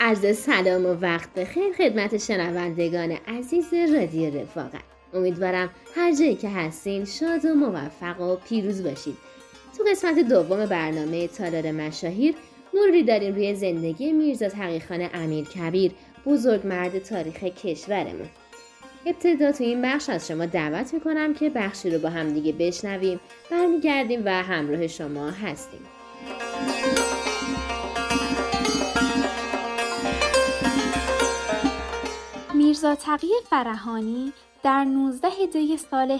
عرض سلام و وقت بخیر خدمت شنوندگان عزیز رادیو رفاقت. امیدوارم هر جایی که هستین شاد و موفق و پیروز باشید. تو قسمت دوم برنامه تالار مشاهیر مروری داریم روی زندگی میرزا تقی‌خان امیرکبیر، بزرگمرد تاریخ کشورمون. ابتدا تو این بخش از شما دعوت میکنم که بخشی رو با هم دیگه بشنویم، برمیگردیم و همراه شما هستیم. میرزا تقی فرهانی در 19 دی سال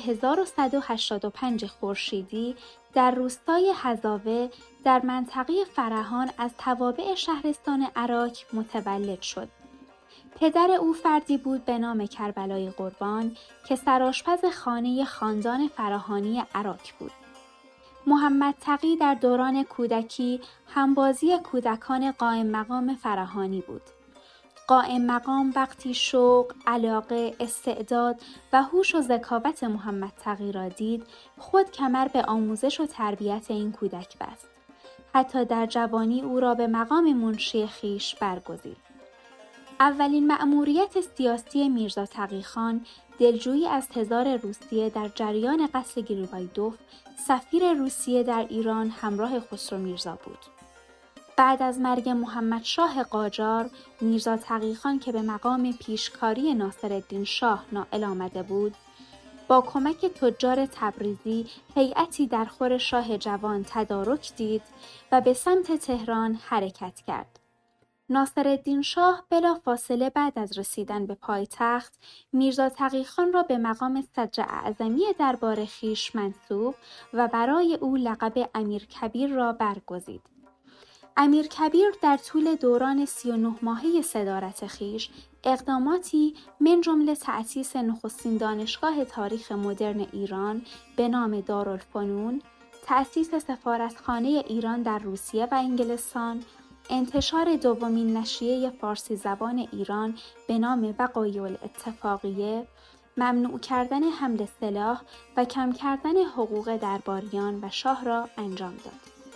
1185 خورشیدی در روستای هزاوه در منطقه فرهان از توابع شهرستان عراک متولد شد. پدر او فردی بود به نام کربلای قربان که سرآشپز خانه خاندان فرهانی عراک بود. محمد تقی در دوران کودکی همبازی کودکان قائم مقام فرهانی بود. قائم مقام وقتی شوق، علاقه، استعداد و هوش و ذکاوت محمد تقی را دید، خود کمر به آموزش و تربیت این کودک بست. حتی در جوانی او را به مقام منشی خویش برگزید. اولین مأموریت سیاسی میرزا تقی‌خان دلجویی از تزار روسیه در جریان قتل گریبایدوف، سفیر روسیه در ایران همراه خسرو میرزا بود. بعد از مرگ محمد شاه قاجار، میرزا تقی‌خان که به مقام پیشکاری ناصرالدین شاه نائل آمده بود، با کمک تجار تبریزی هیئتی در خور شاه جوان تدارک دید و به سمت تهران حرکت کرد. ناصرالدین شاه بلافاصله بعد از رسیدن به پایتخت، میرزا تقی‌خان را به مقام صدر اعظمی دربار خویش منصوب و برای او لقب امیرکبیر را برگزید. امیرکبیر در طول دوران 39 ماهه صدارت خویش اقداماتی من جمله تأسیس نخستین دانشگاه تاریخ مدرن ایران به نام دارالفنون، تأسیس سفارتخانه ایران در روسیه و انگلستان، انتشار دومین نشریه فارسی زبان ایران به نام وقایع الاتفاقیه، ممنوع کردن حمل سلاح و کم کردن حقوق درباریان و شاه را انجام داد.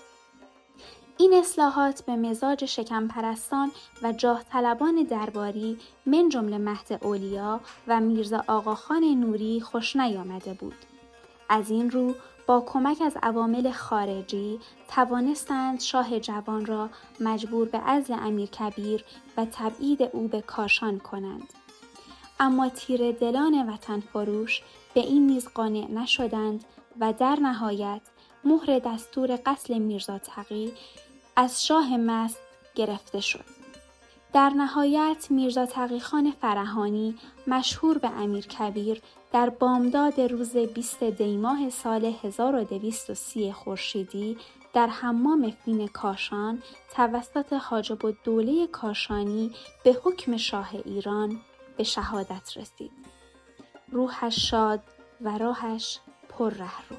این اصلاحات به مزاج شکمپرستان و جاه طلبان درباری من جمله مهد اولیا و میرزا آقاخان نوری خوش نیامده بود. از این رو با کمک از عوامل خارجی توانستند شاه جوان را مجبور به عزل امیرکبیر و تبعید او به کاشان کنند. اما تیره دلان وطن فروش به این نیز قانع نشدند و در نهایت مهر دستور قتل میرزا تقی از شاه مست گرفته شد. در نهایت میرزا تقی‌خان فرهانی مشهور به امیرکبیر در بامداد روز 20 دی ماه سال 1230 خورشیدی در حمام فین کاشان توسط حاجب الدوله کاشانی به حکم شاه ایران به شهادت رسید. روحش شاد و راهش پر رهرو.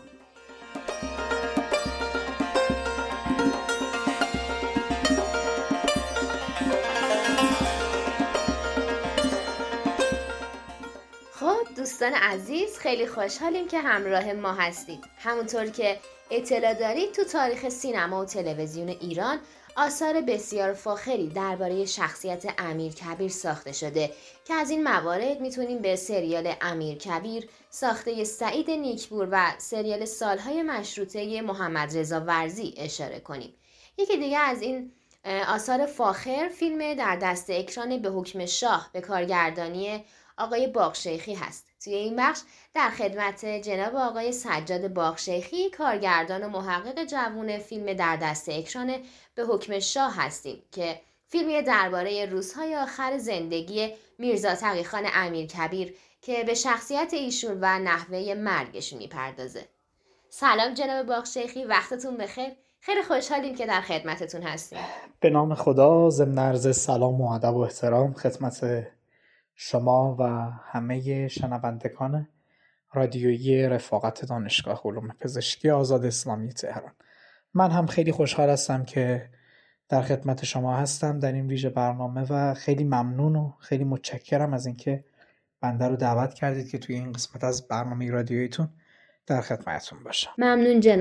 دوستان عزیز، خیلی خوشحالیم که همراه ما هستید. همونطور که اطلاع دارید تو تاریخ سینما و تلویزیون ایران آثار بسیار فاخری درباره شخصیت امیرکبیر ساخته شده که از این موارد میتونیم به سریال امیرکبیر ساخته سعید نیکپور و سریال سالهای مشروطه محمد رضا ورزی اشاره کنیم. یکی دیگه از این آثار فاخر فیلم در دست اکران به حکم شاه به کارگردانی آقای باغشیخی هست. توی این بخش در خدمت جناب آقای سجاد باغشیخی، کارگردان و محقق جوان فیلم در دست اکران به حکم شاه هستیم که فیلمی درباره روزهای آخر زندگی میرزا تقی‌خان امیرکبیر که به شخصیت ایشون و نحوه مرگش میپردازه. سلام جناب باغشیخی، وقتتون بخیر. خیلی خوشحالیم که در خدمتتون هستیم. به نام خدا، ضمن عرض سلام و ادب و احترام خدمت شما و همه شنوندگان رادیویی رفاقت دانشگاه علوم پزشکی آزاد اسلامی تهران. من هم خیلی خوشحال هستم که در خدمت شما هستم در این ویژه برنامه و خیلی ممنون و خیلی متشکرم از اینکه بنده رو دعوت کردید که توی این قسمت از برنامه رادیوییتون در خدمتتون باشم. ممنون جناب.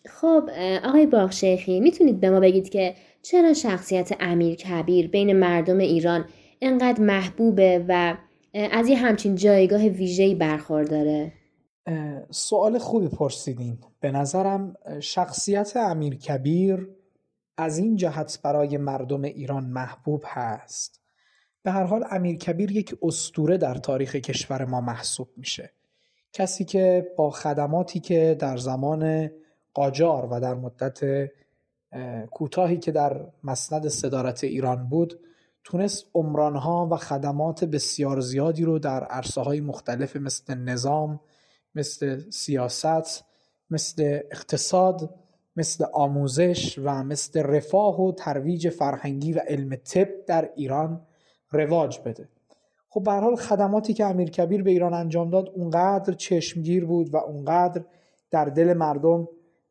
خب آقای باغشیخی، میتونید به ما بگید که چرا شخصیت امیرکبیر بین مردم ایران انقدر محبوبه و از یه همچین جایگاه ویژه‌ای برخورداره؟ سوال خوبی پرسیدین. به نظرم شخصیت امیرکبیر از این جهت برای مردم ایران محبوب هست. به هر حال امیرکبیر یک اسطوره در تاریخ کشور ما محسوب میشه. کسی که با خدماتی که در زمان قاجار و در مدت کوتاهی که در مسند صدارت ایران بود تونست عمرانها و خدمات بسیار زیادی رو در عرصه‌های مختلف مثل نظام، مثل سیاست، مثل اقتصاد، مثل آموزش و مثل رفاه و ترویج فرهنگی و علم طب در ایران رواج بده. خب به هر حال خدماتی که امیرکبیر به ایران انجام داد اونقدر چشمگیر بود و اونقدر در دل مردم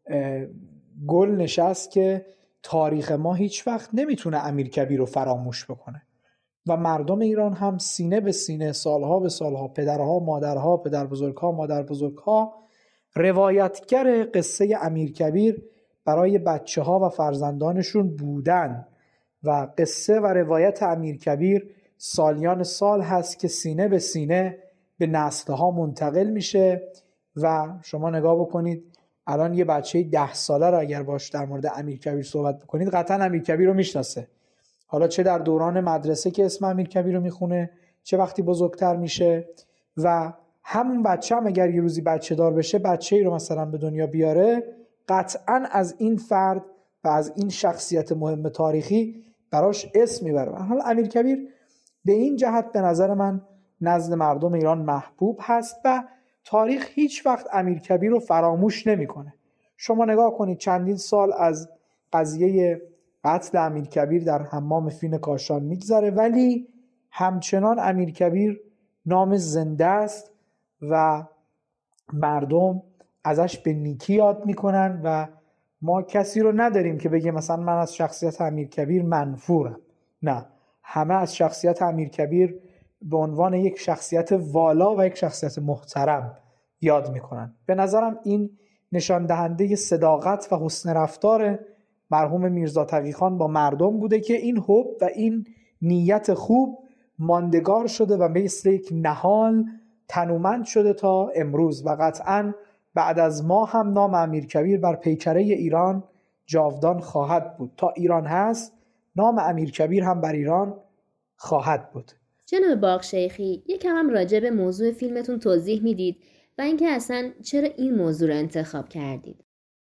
گل نشست که تاریخ ما هیچ وقت نمیتونه امیرکبیر رو فراموش بکنه و مردم ایران هم سینه به سینه، سالها به سالها، پدرها، مادرها، پدربزرگها، مادربزرگها روایتگر قصه امیرکبیر برای بچه ها و فرزندانشون بودن و قصه و روایت امیرکبیر سالیان سال هست که سینه به سینه به نسلها منتقل میشه و شما نگاه بکنید الان یه بچه 10 ساله رو اگر باش در مورد امیرکبیر صحبت بکنید قطعا امیرکبیر رو میشناسه. حالا چه در دوران مدرسه که اسم امیرکبیر رو میخونه، چه وقتی بزرگتر میشه و همون بچه هم اگر یه روزی بچه دار بشه، بچه‌ای رو مثلا به دنیا بیاره، قطعا از این فرد و از این شخصیت مهم تاریخی براش اسم میبره. حالا امیرکبیر به این جهت به نظر من نزد مردم ایران محبوب هست و تاریخ هیچ وقت امیرکبیر رو فراموش نمیکنه. شما نگاه کنید چندین سال از قضیه قتل امیرکبیر در حمام فین کاشان میگذره ولی همچنان امیرکبیر نام زنده است و مردم ازش به نیکی یاد میکنن و ما کسی رو نداریم که بگه مثلا من از شخصیت امیرکبیر منفورم. نه، همه از شخصیت امیرکبیر به عنوان یک شخصیت والا و یک شخصیت محترم یاد میکنن. به نظرم این نشان دهنده صداقت و حسن رفتار مرحوم میرزا تقی‌خان با مردم بوده که این حب و این نیت خوب ماندگار شده و مثل یک نهال تنومند شده تا امروز و قطعاً بعد از ما هم نام امیرکبیر بر پیکره ایران جاودان خواهد بود. تا ایران هست نام امیرکبیر هم بر ایران خواهد بود. جناب باغشیخی، یکم هم راجع به موضوع فیلمتون توضیح میدید و اینکه اصلا چرا این موضوع رو انتخاب کردید؟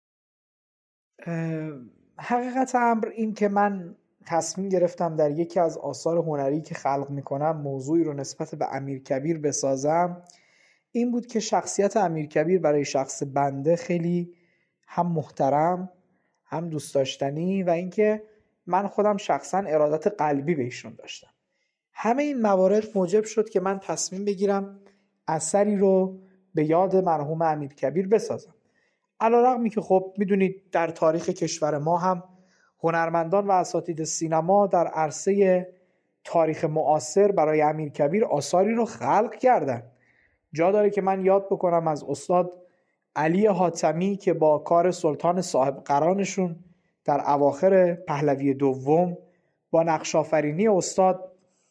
حقیقت امر این که من تصمیم گرفتم در یکی از آثار هنری که خلق میکنم موضوعی رو نسبت به امیرکبیر بسازم این بود که شخصیت امیرکبیر برای شخص بنده خیلی هم محترم هم دوست داشتنی و اینکه من خودم شخصا ارادت قلبی به ایشون داشتم. همه این موارد موجب شد که من تصمیم بگیرم اثری رو به یاد مرحوم امیرکبیر بسازم. علی‌رغمی که خب میدونید در تاریخ کشور ما هم هنرمندان و اساتید سینما در عرصه تاریخ معاصر برای امیرکبیر آثاری رو خلق کردن. جا داره که من یاد بکنم از استاد علی حاتمی که با کار سلطان صاحب قرانشون در اواخر پهلوی دوم با نقش آفرینی استاد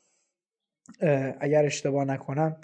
اگر اشتباه نکنم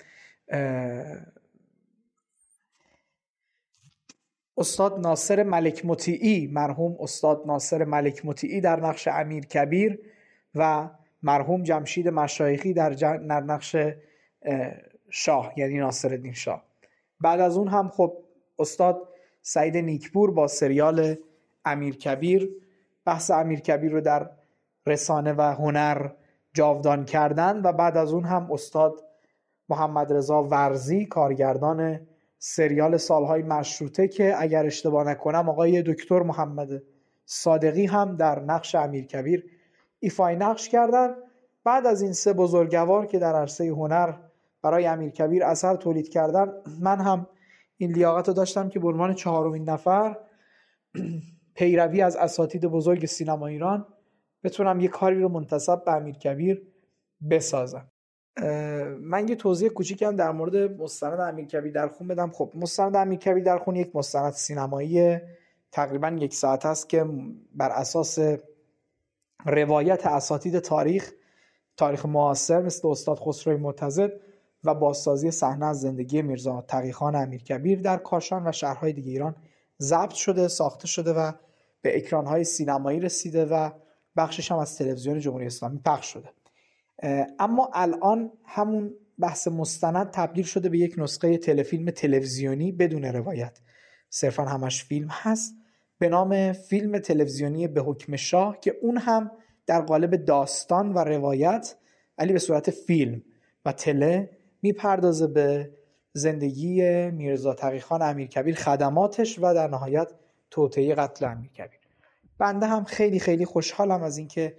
استاد ناصر ملک مطیعی، مرحوم استاد ناصر ملک مطیعی در نقش امیرکبیر و مرحوم جمشید مشایخی در نقش شاه یعنی ناصرالدین شاه. بعد از اون هم خب استاد سعید نیکپور با سریال امیرکبیر بحث امیرکبیر رو در رسانه و هنر جاودان کردن و بعد از اون هم استاد محمد رضا ورزی کارگردان سریال سالهای مشروطه که اگر اشتباه نکنم آقای دکتر محمد صادقی هم در نقش امیرکبیر ایفای نقش کردن. بعد از این سه بزرگوار که در عرصه هنر برای امیرکبیر اثر تولید کردن من هم این لیاقت رو داشتم که به عنوان 4مین نفر پیروی از اساتید بزرگ سینما ایران بتونم یه کاری رو منتسب به امیرکبیر بسازم. من یه توضیح کوچیکم در مورد مستند امیرکبیر در خون بدم. خب مستند امیرکبیر در خون یک مستند سینمایی تقریبا 1 ساعت است که بر اساس روایت اساتید تاریخ معاصر مثل استاد خسروی مرتضی و بازسازی صحنه از زندگی میرزا تقی‌خان امیرکبیر در کاشان و شهرهای دیگه ایران ضبط شده، ساخته شده و به اکرانهای سینمایی رسیده و بخشش هم از تلویزیون جمهوری اسلامی پخش شده. اما الان همون بحث مستند تبدیل شده به یک نسخه تلفیلم تلویزیونی بدون روایت، صرفا همش فیلم هست، به نام فیلم تلویزیونی به حکم شاه، که اون هم در قالب داستان و روایت ولی به صورت فیلم و تله میپردازه به زندگی میرزا تقی‌خان امیرکبیر، خدماتش و در نهایت توطئه قتل امیرکبیر. بنده هم خیلی خیلی خوشحالم از اینکه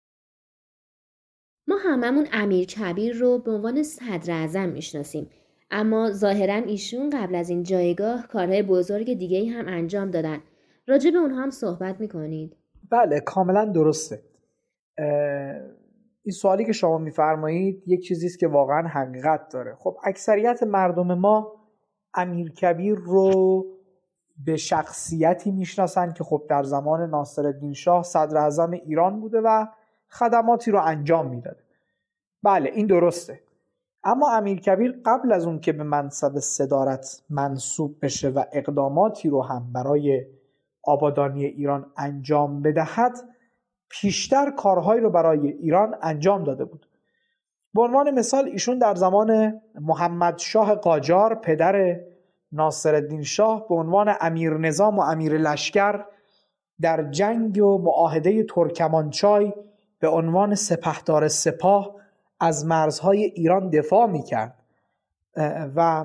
ما هممون امیرکبیر رو به عنوان صدراعظم میشناسیم، اما ظاهراً ایشون قبل از این جایگاه کارهای بزرگ دیگه‌ای هم انجام دادن. راجع به اونها هم صحبت میکنید؟ بله، کاملا درسته. این سوالی که شما میفرمایید یک چیزی است که واقعا حقیقت داره. خب اکثریت مردم ما امیرکبیر رو به شخصیتی میشناسن که خب در زمان ناصرالدین شاه صدراعظم ایران بوده و خدماتی رو انجام میداده. بله این درسته. اما امیرکبیر قبل از اون که به منصب صدارت منصوب بشه و اقداماتی رو هم برای آبادانی ایران انجام بدهد، پیشتر کارهایی رو برای ایران انجام داده بود. به عنوان مثال ایشون در زمان محمد شاه قاجار پدر ناصرالدین شاه به عنوان امیر نظام و امیر لشکر در جنگ و معاهده ترکمانچای به عنوان سپهدار سپاه از مرزهای ایران دفاع میکرد. و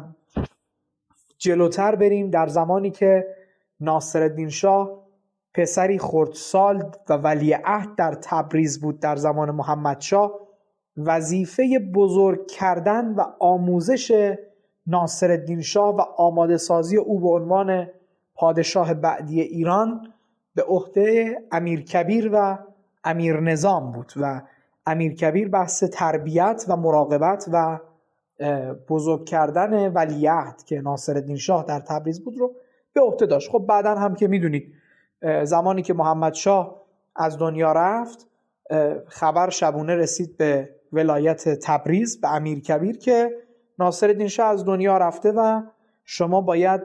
جلوتر بریم، در زمانی که ناصرالدین شاه پسری خردسال و ولیعهد در تبریز بود در زمان محمد شاه، وظیفه بزرگ کردن و آموزش ناصرالدین شاه و آماده سازی او به عنوان پادشاه بعدی ایران به عهده امیرکبیر و امیر نظام بود و امیرکبیر بحث تربیت و مراقبت و بزرگ کردن ولیعهد که ناصرالدین شاه در تبریز بود رو به عهده داشت. خب بعداً هم که میدونید زمانی که محمد شاه از دنیا رفت، خبر شبونه رسید به ولایت تبریز به امیرکبیر که ناصرالدین شاه از دنیا رفته و شما باید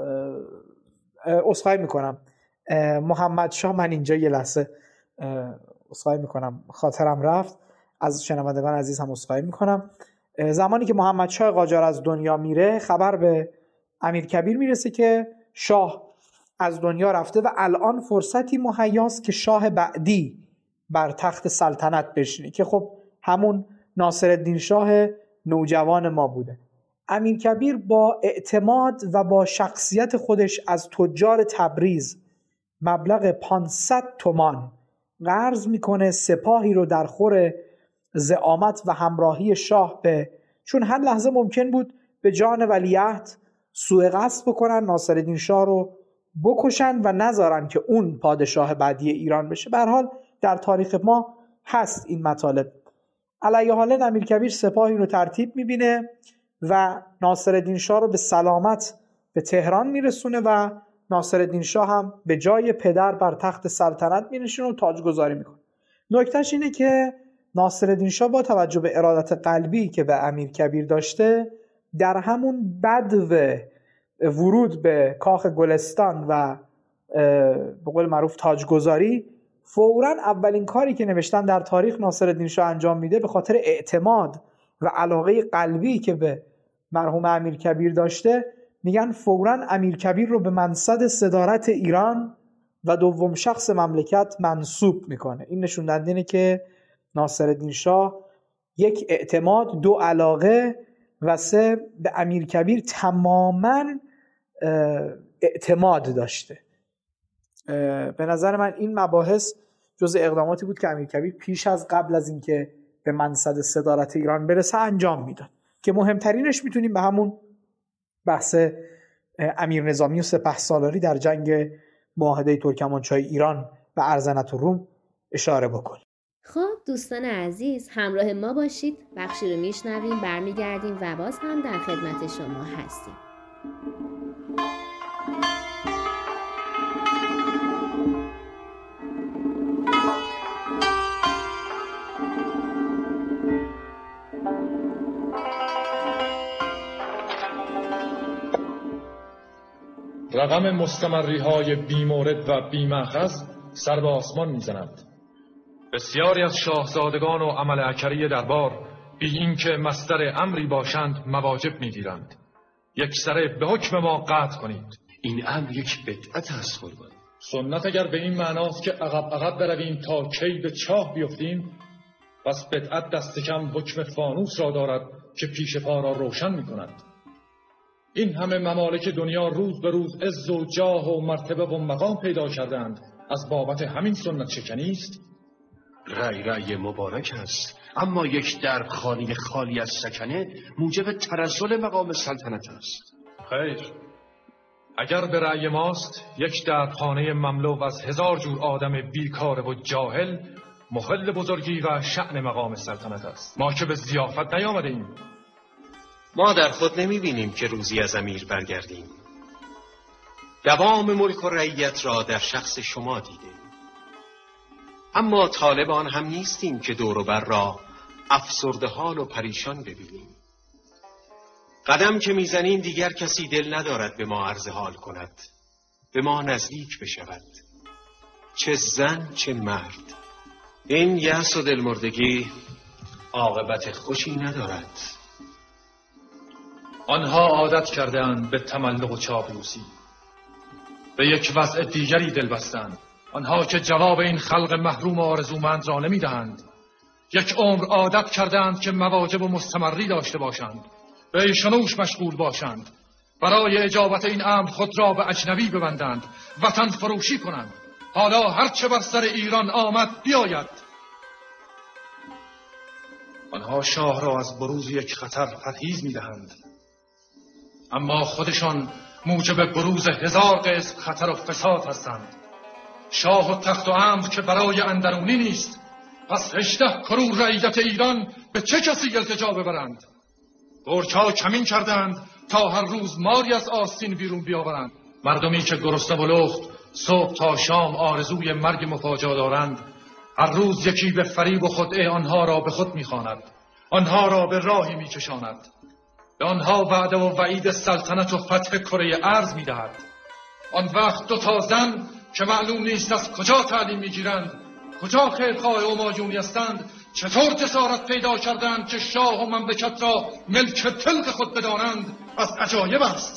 عذرخواهی میکنم محمد شاه، من اینجا یه لحظه عذرخواهی میکنم خاطرم رفت، از شنوندگان عزیز هم عذرخواهی میکنم. زمانی که محمد شاه قاجار از دنیا میره، خبر به امیرکبیر میرسه که شاه از دنیا رفته و الان فرصتی مهیاست که شاه بعدی بر تخت سلطنت بشینه که خب همون ناصرالدین شاه نوجوان ما بوده. امیرکبیر با اعتماد و با شخصیت خودش از تجار تبریز مبلغ 500 تومان قرض میکنه، سپاهی رو در خور زعامت و همراهی شاه به، چون هر لحظه ممکن بود به جان ولیعهد سوء قصد بکنن، ناصرالدین شاه رو بکشن و نذارن که اون پادشاه بعدی ایران بشه. به هر حال در تاریخ ما هست این مطالب. علیه حال امیرکبیر سپاهی رو ترتیب میبینه و ناصرالدین شاه رو به سلامت به تهران میرسونه و ناصرالدین شاه هم به جای پدر بر تخت سلطنت مینشینه و تاجگذاری میکنه. نکتهش اینه که ناصرالدین شاه با توجه به ارادت قلبی که به امیرکبیر داشته، در همون بدو ورود به کاخ گلستان و به قول معروف تاجگذاری، فوراً اولین کاری که نوشتن در تاریخ ناصرالدین شاه انجام میده، به خاطر اعتماد و علاقه قلبی که به مرحوم امیرکبیر داشته، میگن فوراً امیرکبیر رو به منصب صدارت ایران و دوم شخص مملکت منصوب میکنه. این نشون دهنده اینه که ناصرالدین شاه یک اعتماد، دو علاقه و سه به امیرکبیر تماماً اعتماد داشته. به نظر من این مباحث جزء اقداماتی بود که امیرکبیر پیش از قبل از اینکه به منصب صدارت ایران برسه انجام میداد، که مهمترینش میتونیم به همون بحث امیر نظامی و سپهسالاری در جنگ معاهده ترکمانچای ایران و ارزنت الروم اشاره بکنیم. خب دوستان عزیز، همراه ما باشید، بخشی رو میشنویم، برمیگردیم و باز هم در خدمت شما هستیم. رقم مستمری‌های بی‌مورد و بی‌مأخذ سر به آسمان می‌زند. بسیاری از شاهزادگان و عمل اکری دربار بی اینکه مصدر امری باشند مواجب می‌گیرند. یک سره به حکم ما قطع کنید. این امر یک بدعت است قربان. سنت اگر به این معناست که عقب برویم تا کی به چاه بیفتیم، پس بدعت دست کم حکم فانوس را دارد که پیش پا را روشن می‌کند. این همه ممالک دنیا روز به روز عز و جاه و مرتبه و مقام پیدا کردند، از بابت همین سنت شکنی است. رأی مبارک است، اما یک درب خانه خالی از سکنه موجب تنزل مقام سلطنت است. خیر، اگر به رأی ماست یک دربخانه مملو از 1000 جور آدم بیکار و جاهل مخل بزرگی و شأن مقام سلطنت است. ما که به ضیافت نیامده ایم. ما در خود نمی‌بینیم که روزی از امیر برگردیم. دوام ملک و رعیت را در شخص شما دیدیم. اما طالب آن هم نیستیم که دور و بر را افسرده حال و پریشان ببینیم. قدم که میزنیم دیگر کسی دل ندارد به ما عرض حال کند، به ما نزدیک بشود، چه زن چه مرد. این یأس و دلمردگی عاقبت خوشی ندارد. آنها عادت کردند به تملق و چاپلوسی، به یک وضع دیگری دل بستند. آنها که جواب این خلق محروم و آرزومند را نمیدهند، یک عمر عادت کردند که مواجب و مستمری داشته باشند، به ایشانوش مشغول باشند، برای اجابت این امر خود را به اجنبی ببندند، وطن فروشی کنند. حالا هرچه بر سر ایران آمد بیاید. آنها شاه را از بروز یک خطر پرهیز میدهند، اما خودشان موجب بروز 1000 قسم خطر و فساد هستند. شاه و تخت و امر که برای اندرونی نیست، پس 18 کرور رعیت ایران به چه کسی التجا ببرند؟ گرگ‌ها کمین کردند تا هر روز ماری از آستین بیرون بیاورند. مردمی که گرسنه و لخت صبح تا شام آرزوی مرگ مفاجا دارند، هر روز یکی به فریب و خدعه آنها را به خود می‌خواند، آنها را به راهی می‌کشاند، به آنها وعده و وعید سلطنت و فتح کره ارض می‌دهد. آن وقت 2 تا زن که معلوم نیست از کجا تعلیم می‌گیرند، کجا خیرخواه و ماجونی هستند، چطور جسارت پیدا کردند که شاه و مملکت را ملک تلق خود بدانند، از عجایب است.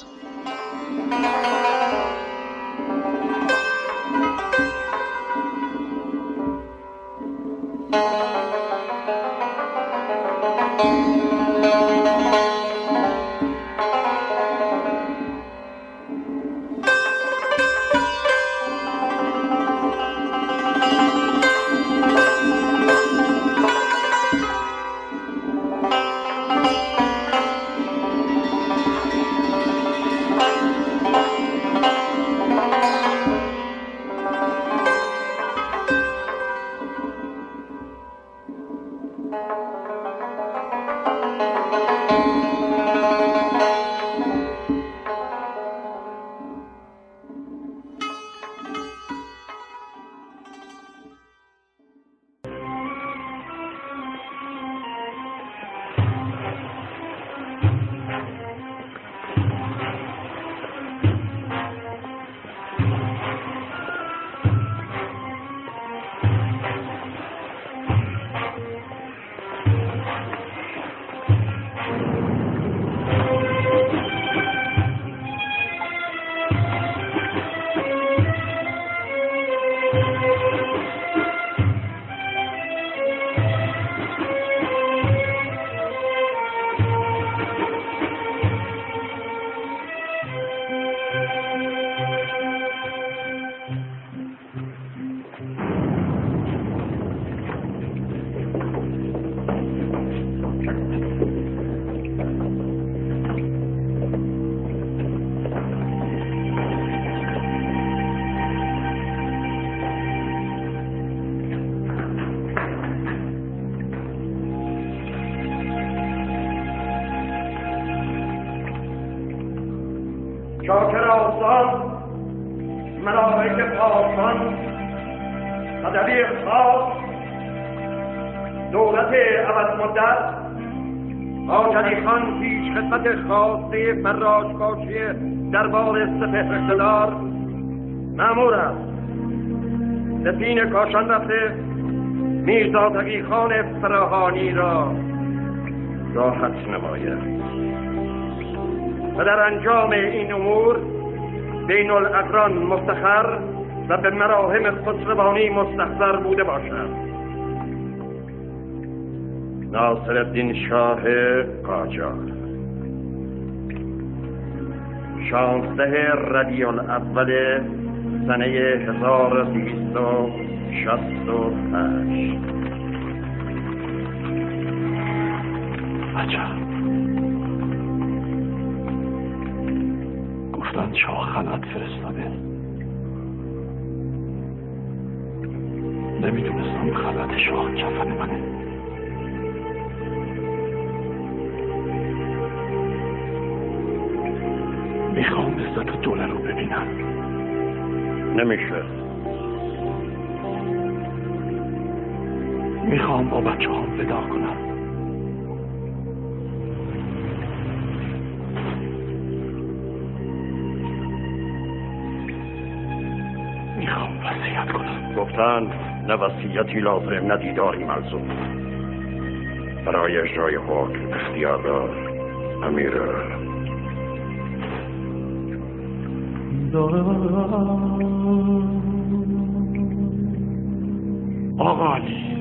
شاکر آسان ملائک پاکان ادبی خاص دولت ابد مدت آجلی خان پیش خدمت خواسته فراشکاشی دربار سپهر اقتدار مأمور است. سپین کاشان رفته میرزا تقی خان فراهانی را راحت نماید و در انجام این امور بین الاقران مفتخر و به مراهم خسروانی مستحضر بوده باشد. ناصرالدین شاه قاجار 16 ربیع الاول سنه 1268. عجب، گفتن شاه خلعت فرستاده. نمیدونستم خلعت شاه کفن منه. میخوام عزت دوله رو ببینم. نمیشه. میخوام با بچه هم ودا کنم. میخوام وصیت کنم. گفتن نه وصیتی لازم نه دیداری ملزوم. برای اجرای حکم اختیار دار امیر آقا علی،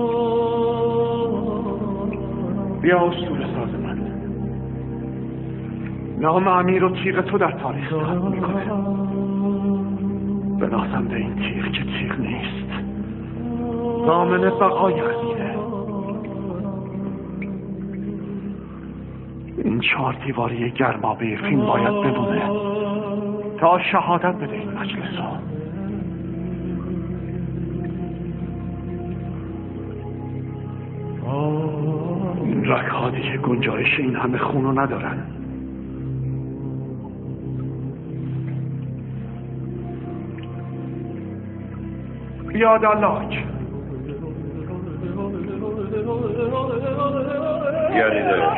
بیا اسطوره ساز من. نام امیر و تیغ تو در تاریخ ثبت میکنه. بنازنده این تیغ که تیغ نیست، ضامن بقای امیره. این 4 دیواری گرمابه فیلم باید بمونه تا شهادت بده این مجلس رو. این رگ‌ها دیگه گنجایش این همه خون رو ندارن. بیاد الاک. بیاریدش.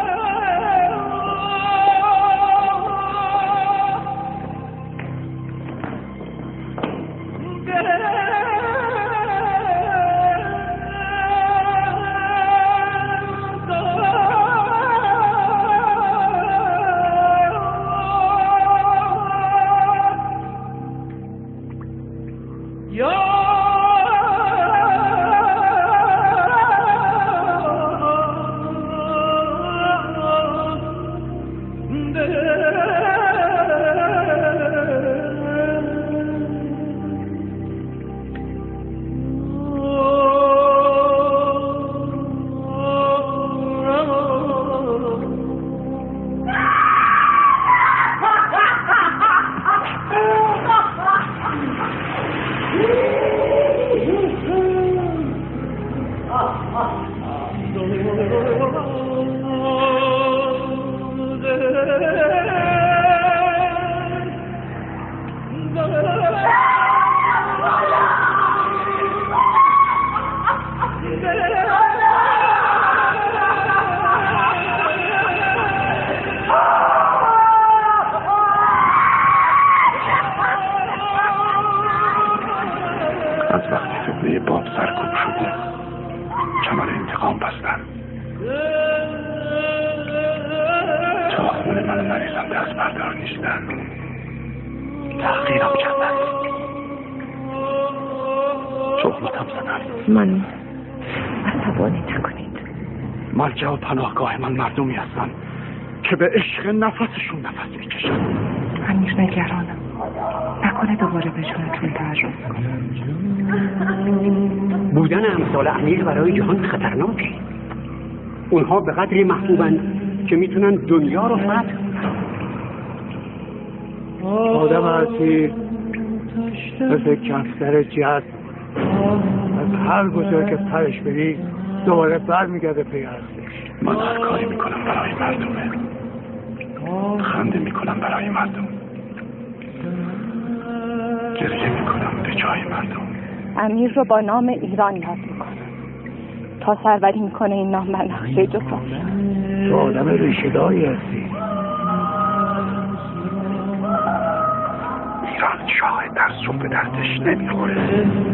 از وقتی فتنه باب سرکوب شده کمر انتقام بستن تا خون منو نریزن دست بردار نیستن. تحقیرم کردن، تهمتم زدن. من عصبانی نکنید. ملجأ و پناهگاه من مردمی هستن که به عشق نفسشون نفس میکشن. امیر نگرانم، نکنه دوباره به جونتون تعرض کنم. بودن امثال امیر برای جهان خطرناکه. اونها به قدری محبوبن که میتونن دنیا رو فتح کنن. آدم هستی مثل کفتر جد، از هر گذاره که پرش بری دوباره بر میگرده پی هستش. من هر کاری میکنم برای مردمه، خنده میکنم برای مردم، گریه میکنم به جای مردم. امیر رو با نام ایران یاد میکنم. تا سروری میکنه این نام بر نقشه جغرافی. تو آدم ریشه‌داری هستی. ایران شاه ترسو به دردش نمیخوره.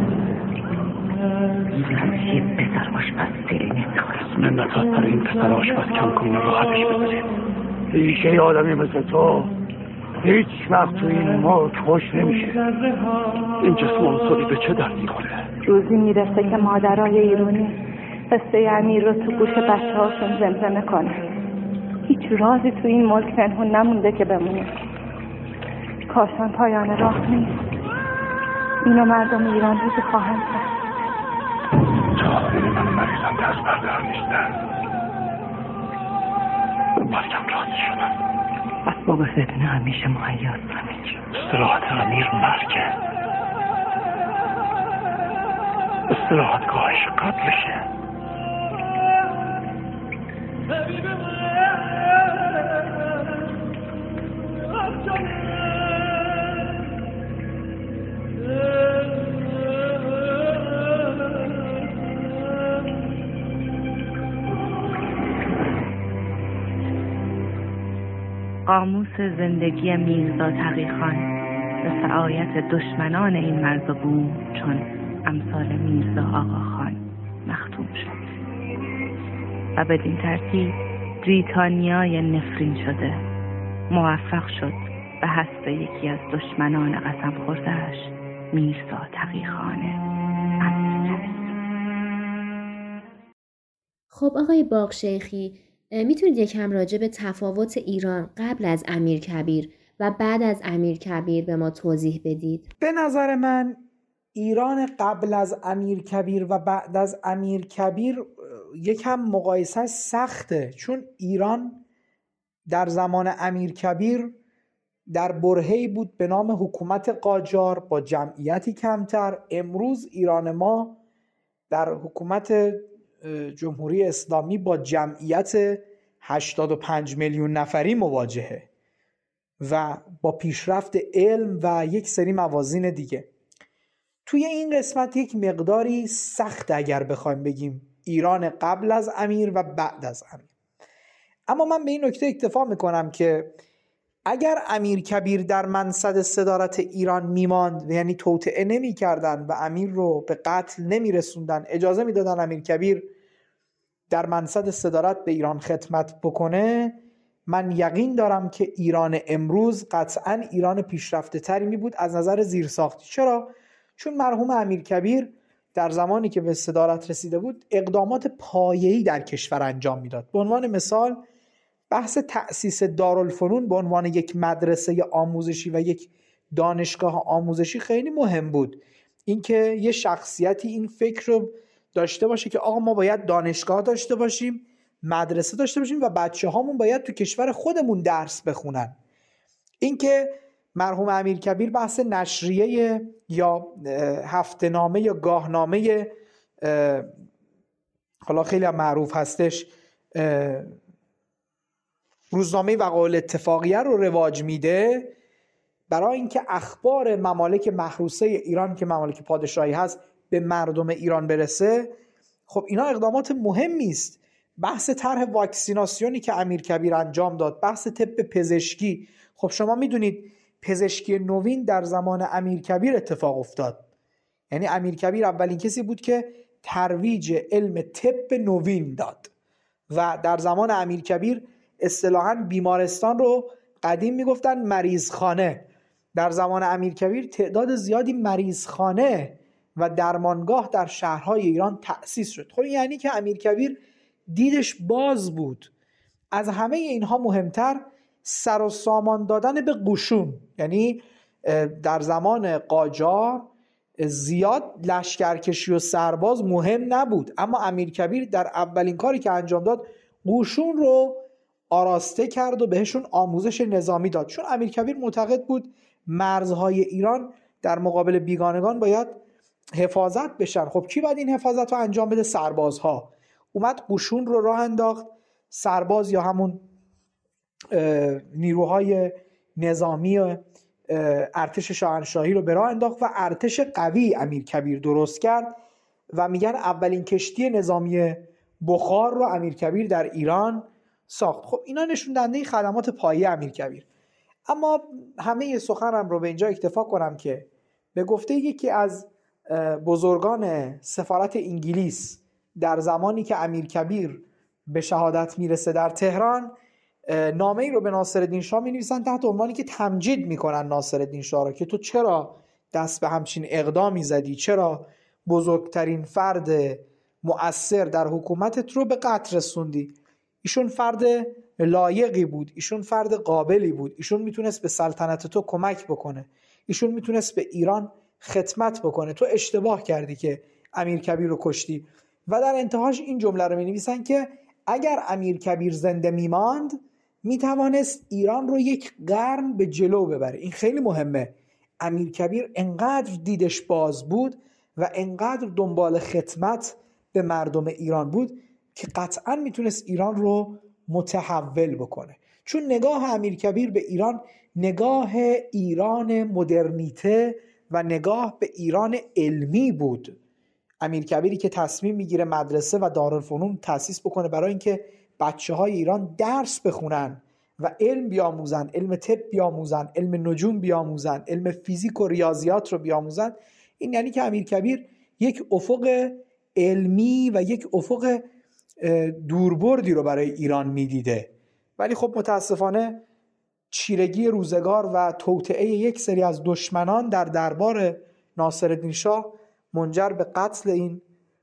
همچی پسر آشپز دلی نمیخوره. منت از سر این پسر آشپز کم کنین و راحتش بزنین. ریشه آدمی مثل تو هیچ وقت تو این ملک خوش نمیشه. این جسم آنصاری به چه درد میخوره؟ روزی میرسه که مادرای ایرانی قصه امیر رو تو گوش بچه هاشون زمزمه کنه. هیچ رازی تو این ملک پنهون نمونده که بمونه. کاشان پایان راه نیست. اینو مردم ایران روزی خواهند کرد. جاهدین من مریضم دست بردار نیستن. مرگم راضی شدم. اسباب فتنه همیشه مهیاست همین. استراحت امیر مرگه. استراحتگاهش قتلشه. قاموس زندگی میرزا تقی‌خان به سعایت دشمنان این مرز و بوم چون امثال میرزا آقاخان مختوم شد و بدین ترتیب بریتانیای نفرین شده موفق شد به حذف یکی از دشمنان قسم خورده‌اش، میرزا تقی‌خان امیرکبیر. خب آقای باغشیخی، میتونید یکم راجع به تفاوت ایران قبل از امیرکبیر و بعد از امیرکبیر به ما توضیح بدید؟ به نظر من ایران قبل از امیرکبیر و بعد از امیرکبیر یکم مقایسه سخته، چون ایران در زمان امیرکبیر در برهه‌ای بود به نام حکومت قاجار با جمعیتی کمتر. امروز ایران ما در حکومت جمهوری اسلامی با جمعیت 85 میلیون نفری مواجهه و با پیشرفت علم و یک سری موازین دیگه. توی این قسمت یک مقداری سخت اگر بخوایم بگیم ایران قبل از امیر و بعد از امیر. اما من به این نکته اکتفا میکنم که اگر امیرکبیر در منصب صدارت ایران میماند، یعنی توطئه نمی کردن و امیر رو به قتل نمی رسوندن، اجازه می دادن امیرکبیر در منصب صدارت به ایران خدمت بکنه، من یقین دارم که ایران امروز قطعاً ایران پیشرفته تری می بود از نظر زیرساختی. چرا؟ چون مرحوم امیرکبیر در زمانی که به صدارت رسیده بود اقدامات پایه‌ای در کشور انجام میداد. به عنوان مثال بحث تأسیس دارالفنون به عنوان یک مدرسه آموزشی و یک دانشگاه آموزشی خیلی مهم بود. اینکه یه شخصیتی این فکر رو داشته باشه که آقا ما باید دانشگاه داشته باشیم، مدرسه داشته باشیم و بچه‌هامون باید تو کشور خودمون درس بخونن. اینکه مرحوم امیرکبیر بحث نشریه یا هفته‌نامه یا گاهنامه حالا خیلی هم معروف هستش روزنامه وقایع اتفاقیه رو رواج میده برای اینکه اخبار ممالک محروسه ایران که ممالک پادشاهی هست به مردم ایران برسه. خب اینا اقدامات مهمی است. بحث طرح واکسیناسیونی که امیرکبیر انجام داد، بحث طب پزشکی. خب شما میدونید پزشکی نوین در زمان امیرکبیر اتفاق افتاد. یعنی امیرکبیر اولین کسی بود که ترویج علم طب نوین داد و در زمان امیرکبیر اصطلاحاً بیمارستان رو قدیم میگفتن مریضخانه. در زمان امیرکبیر تعداد زیادی مریضخانه و درمانگاه در شهرهای ایران تأسیس شد. خب یعنی که امیرکبیر دیدش باز بود. از همه اینها مهمتر سر و سامان دادن به قشون. یعنی در زمان قاجار زیاد لشکرکشی و سرباز مهم نبود، اما امیرکبیر در اولین کاری که انجام داد قشون رو آراسته کرد و بهشون آموزش نظامی داد. چون امیرکبیر معتقد بود مرزهای ایران در مقابل بیگانگان باید حفاظت بشن. خب کی باید این حفاظت رو انجام بده؟ سربازها. اومد قشون رو راه انداخت، سرباز یا همون نیروهای نظامی ارتش شاهنشاهی رو به راه انداخت و ارتش قوی امیرکبیر درست کرد و میگن اولین کشتی نظامی بخار رو امیرکبیر در ایران ساخت. خب اینا نشون دهنده خدمات پایه امیرکبیر. اما همه سخنم رو به اینجا اکتفا کنم که به گفته یکی از بزرگان سفارت انگلیس در زمانی که امیرکبیر به شهادت میرسه در تهران، نامه ای رو به ناصرالدین شاه می نویسن تحت عنوانی که تمجید میکنن ناصرالدین شاه رو که تو چرا دست به همچین اقدامی زدی، چرا بزرگترین فرد مؤثر در حکومتت رو به قتل رسوندی. ایشون فرد لایقی بود، ایشون فرد قابلی بود، ایشون میتونست به سلطنت تو کمک بکنه، ایشون میتونست به ایران خدمت بکنه، تو اشتباه کردی که امیرکبیر رو کشتی. و در انتهاش این جمله رو می نویسن که اگر امیرکبیر زنده میماند میتوانست ایران رو یک قرن به جلو ببره. این خیلی مهمه. امیرکبیر انقدر دیدش باز بود و انقدر دنبال خدمت به مردم ایران بود که قطعا میتونست ایران رو متحول بکنه. چون نگاه امیرکبیر به ایران نگاه ایران مدرنیته و نگاه به ایران علمی بود. امیرکبیری که تصمیم میگیره مدرسه و دارالفنون تأسیس بکنه برای اینکه بچه‌های ایران درس بخونن و علم بیاموزن، علم طب بیاموزن، علم نجوم بیاموزن، علم فیزیک و ریاضیات رو بیاموزن، این یعنی که امیرکبیر یک افق علمی و یک افق دوربردی رو برای ایران میدیده. ولی خب متاسفانه چیرگی روزگار و توطئه یک سری از دشمنان در دربار ناصرالدین شاه منجر به قتل این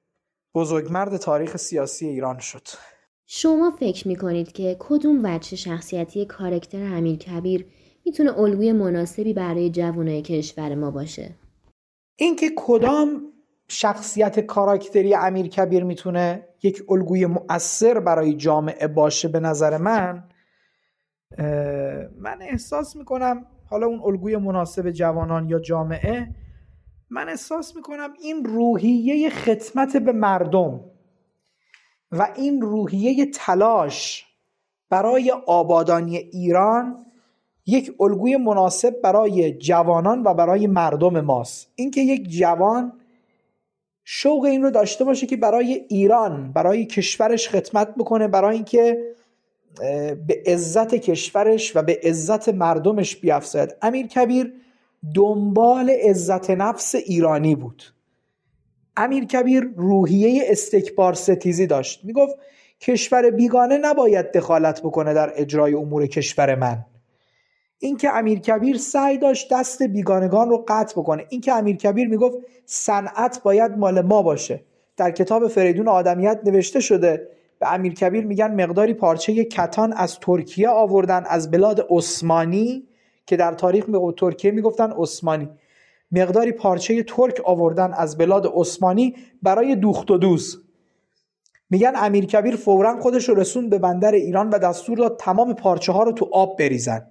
بزرگمرد تاریخ سیاسی ایران شد. شما فکر میکنید که کدوم وجه شخصیتی کاراکتر امیرکبیر میتونه الگوی مناسبی برای جوانای کشور ما باشه؟ اینکه کدام شخصیت کاراکتری امیرکبیر میتونه یک الگوی مؤثر برای جامعه باشه، به نظر من احساس میکنم حالا اون الگوی مناسب جوانان یا جامعه، من احساس میکنم این روحیه خدمت به مردم و این روحیه تلاش برای آبادانی ایران یک الگوی مناسب برای جوانان و برای مردم ماست. اینکه یک جوان شوق این رو داشته باشه که برای ایران، برای کشورش خدمت بکنه، برای اینکه به عزت کشورش و به عزت مردمش بیفزاید. امیرکبیر دنبال عزت نفس ایرانی بود. امیرکبیر روحیه استکبار ستیزی داشت. میگفت کشور بیگانه نباید دخالت بکنه در اجرای امور کشور من. اینکه امیرکبیر سعی داشت دست بیگانگان رو قطع بکنه. اینکه امیرکبیر میگفت صنعت باید مال ما باشه. در کتاب فریدون آدمیت نوشته شده به امیرکبیر میگن مقداری پارچه کتان از ترکیه آوردن، از بلاد عثمانی که در تاریخ به ترکیه میگفتن عثمانی، مقداری پارچه ترک آوردن از بلاد عثمانی برای دوخت و دوز. میگن امیرکبیر فوراً خودش رو رسوند به بندر ایران و دستور داد تمام پارچه ها رو تو آب بریزن.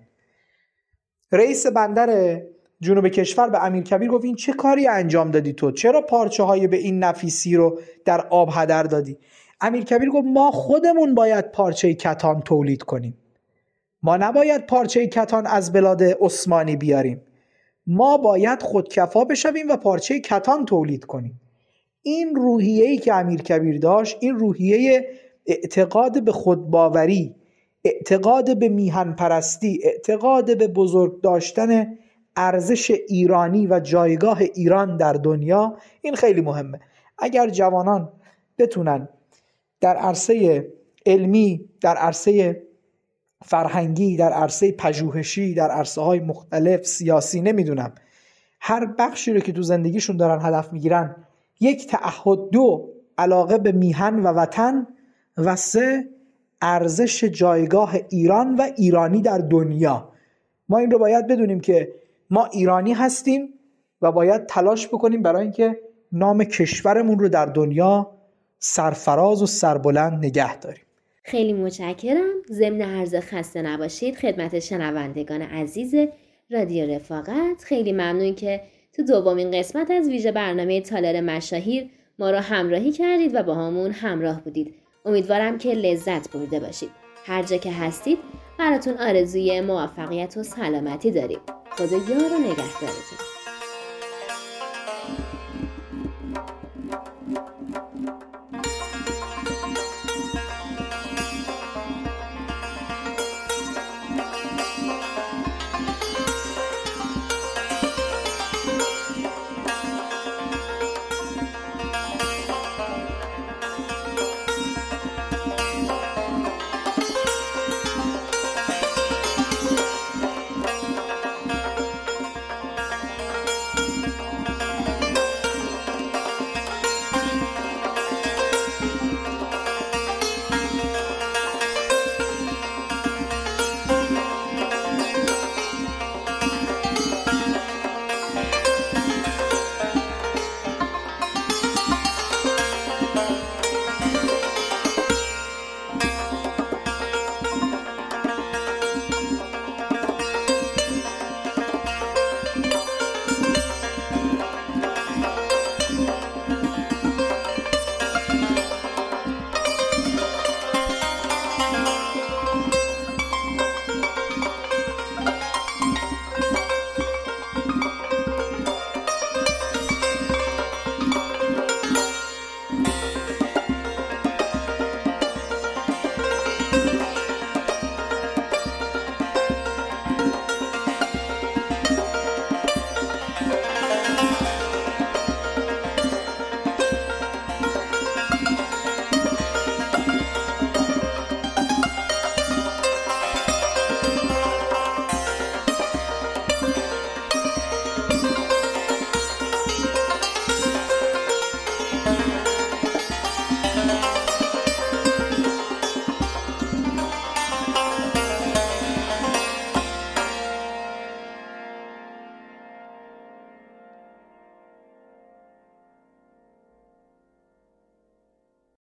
رئیس بندر جنوب کشور به امیرکبیر گفت این چه کاری انجام دادی تو؟ چرا پارچه های به این نفیسی رو در آب هدر دادی؟ امیرکبیر گفت ما خودمون باید پارچه کتان تولید کنیم. ما نباید پارچه کتان از بلاد عثمانی بیاریم. ما باید خودکفا بشویم و پارچه کتان تولید کنیم. این روحیه‌ای که امیرکبیر داشت، این روحیه اعتقاد به خودباوری، اعتقاد به میهن پرستی، اعتقاد به بزرگ داشتن ارزش ایرانی و جایگاه ایران در دنیا، این خیلی مهمه. اگر جوانان بتونن در عرصه علمی، در عرصه فرهنگی، در عرصه پژوهشی، در عرصه های مختلف سیاسی، نمیدونم، هر بخشی رو که تو زندگیشون دارن هدف میگیرن، یک تعهد، دو علاقه به میهن و وطن، و سه ارزش جایگاه ایران و ایرانی در دنیا. ما این رو باید بدونیم که ما ایرانی هستیم و باید تلاش بکنیم برای اینکه نام کشورمون رو در دنیا سرفراز و سربلند نگه داریم. خیلی متشکرم. ضمن عرض خسته نباشید خدمت شنوندگان عزیز رادیو رفاقت. خیلی ممنون که تو دومین قسمت از ویژه برنامه تالار مشاهیر ما رو همراهی کردید و با همون همراه بودید. امیدوارم که لذت برده باشید. هر جا که هستید براتون آرزوی موفقیت و سلامتی داریم. خدا یار و نگهدارتون.